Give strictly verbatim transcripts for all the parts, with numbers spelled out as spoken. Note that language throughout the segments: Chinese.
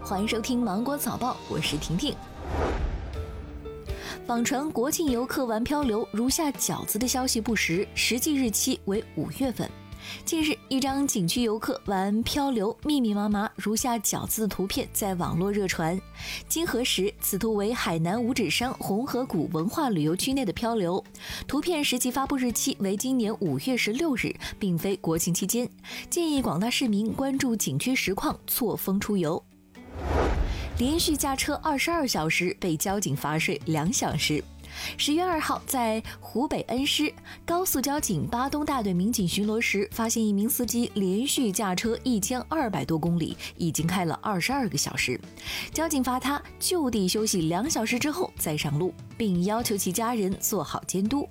欢迎收听芒果早报，我是婷婷。网传国庆游客玩漂流如下饺子的消息不实，实际日期为五月份。近日，一张景区游客玩漂流密密麻麻如下饺子的图片在网络热传。经核实，此图为海南五指山红河谷文化旅游区内的漂流，图片实际发布日期为今年五月十六日，并非国庆期间。建议广大市民关注景区实况，错峰出游。连续驾车二十二小时被交警罚税两小时。十月二号，在湖北恩施，高速交警巴东大队民警巡逻时，发现一名司机连续驾车一千二百多公里，已经开了二十二个小时。交警罚他就地休息两小时之后再上路，并要求其家人做好监督。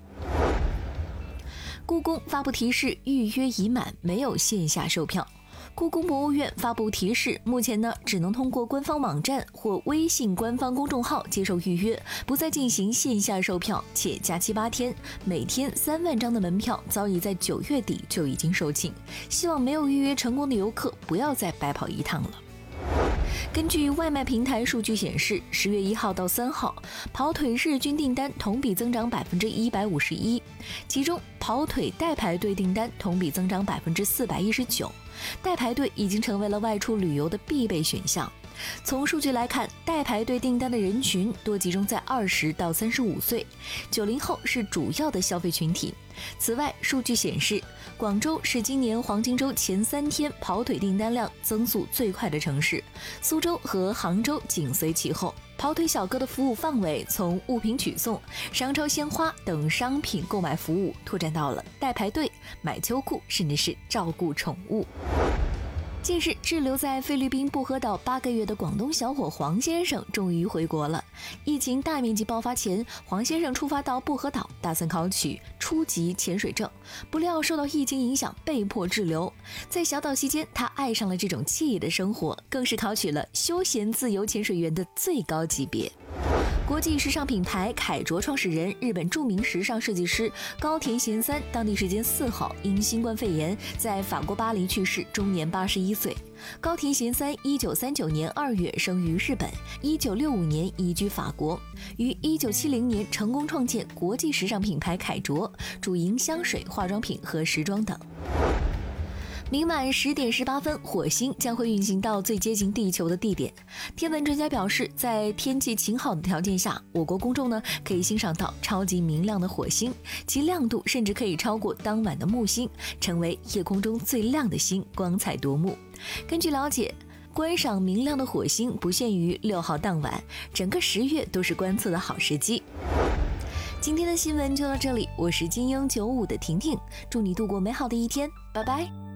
故宫发布提示，预约已满，没有线下售票。故宫博物院发布提示，目前呢只能通过官方网站或微信官方公众号接受预约，不再进行线下售票，且假期八天，每天三万张的门票早已在九月底就已经售罄，希望没有预约成功的游客不要再白跑一趟了。根据外卖平台数据显示，十月一号到三号，跑腿日均订单同比增长百分之一百五十一，其中跑腿代排队订单同比增长百分之四百一十九，代排队已经成为了外出旅游的必备选项。从数据来看，代排队订单的人群多集中在二十到三十五岁，九零后是主要的消费群体。此外，数据显示，广州是今年黄金周前三天跑腿订单量增速最快的城市，苏州和杭州紧随其后。跑腿小哥的服务范围从物品取送、商超鲜花等商品购买服务拓展到了代排队、买秋裤，甚至是照顾宠物。近日，滞留在菲律宾薄荷岛八个月的广东小伙黄先生终于回国了。疫情大面积爆发前，黄先生出发到薄荷岛，打算考取初级潜水证，不料受到疫情影响，被迫滞留。在小岛期间，他爱上了这种惬意的生活，更是考取了休闲自由潜水员的最高级别。国际时尚品牌凯卓创始人、日本著名时尚设计师高田贤三，当地时间四号因新冠肺炎在法国巴黎去世，终年八十一岁。高田贤三一九三九年二月生于日本，一九六五年移居法国，于一九七零年成功创建国际时尚品牌凯卓，主营香水、化妆品和时装等。明晚十点十八分，火星将会运行到最接近地球的地点。天文专家表示，在天气晴好的条件下，我国公众呢可以欣赏到超级明亮的火星，其亮度甚至可以超过当晚的木星，成为夜空中最亮的星，光彩夺目。根据了解，观赏明亮的火星不限于六号当晚，整个十月都是观测的好时机。今天的新闻就到这里，我是金鹰九五的婷婷，祝你度过美好的一天，拜拜。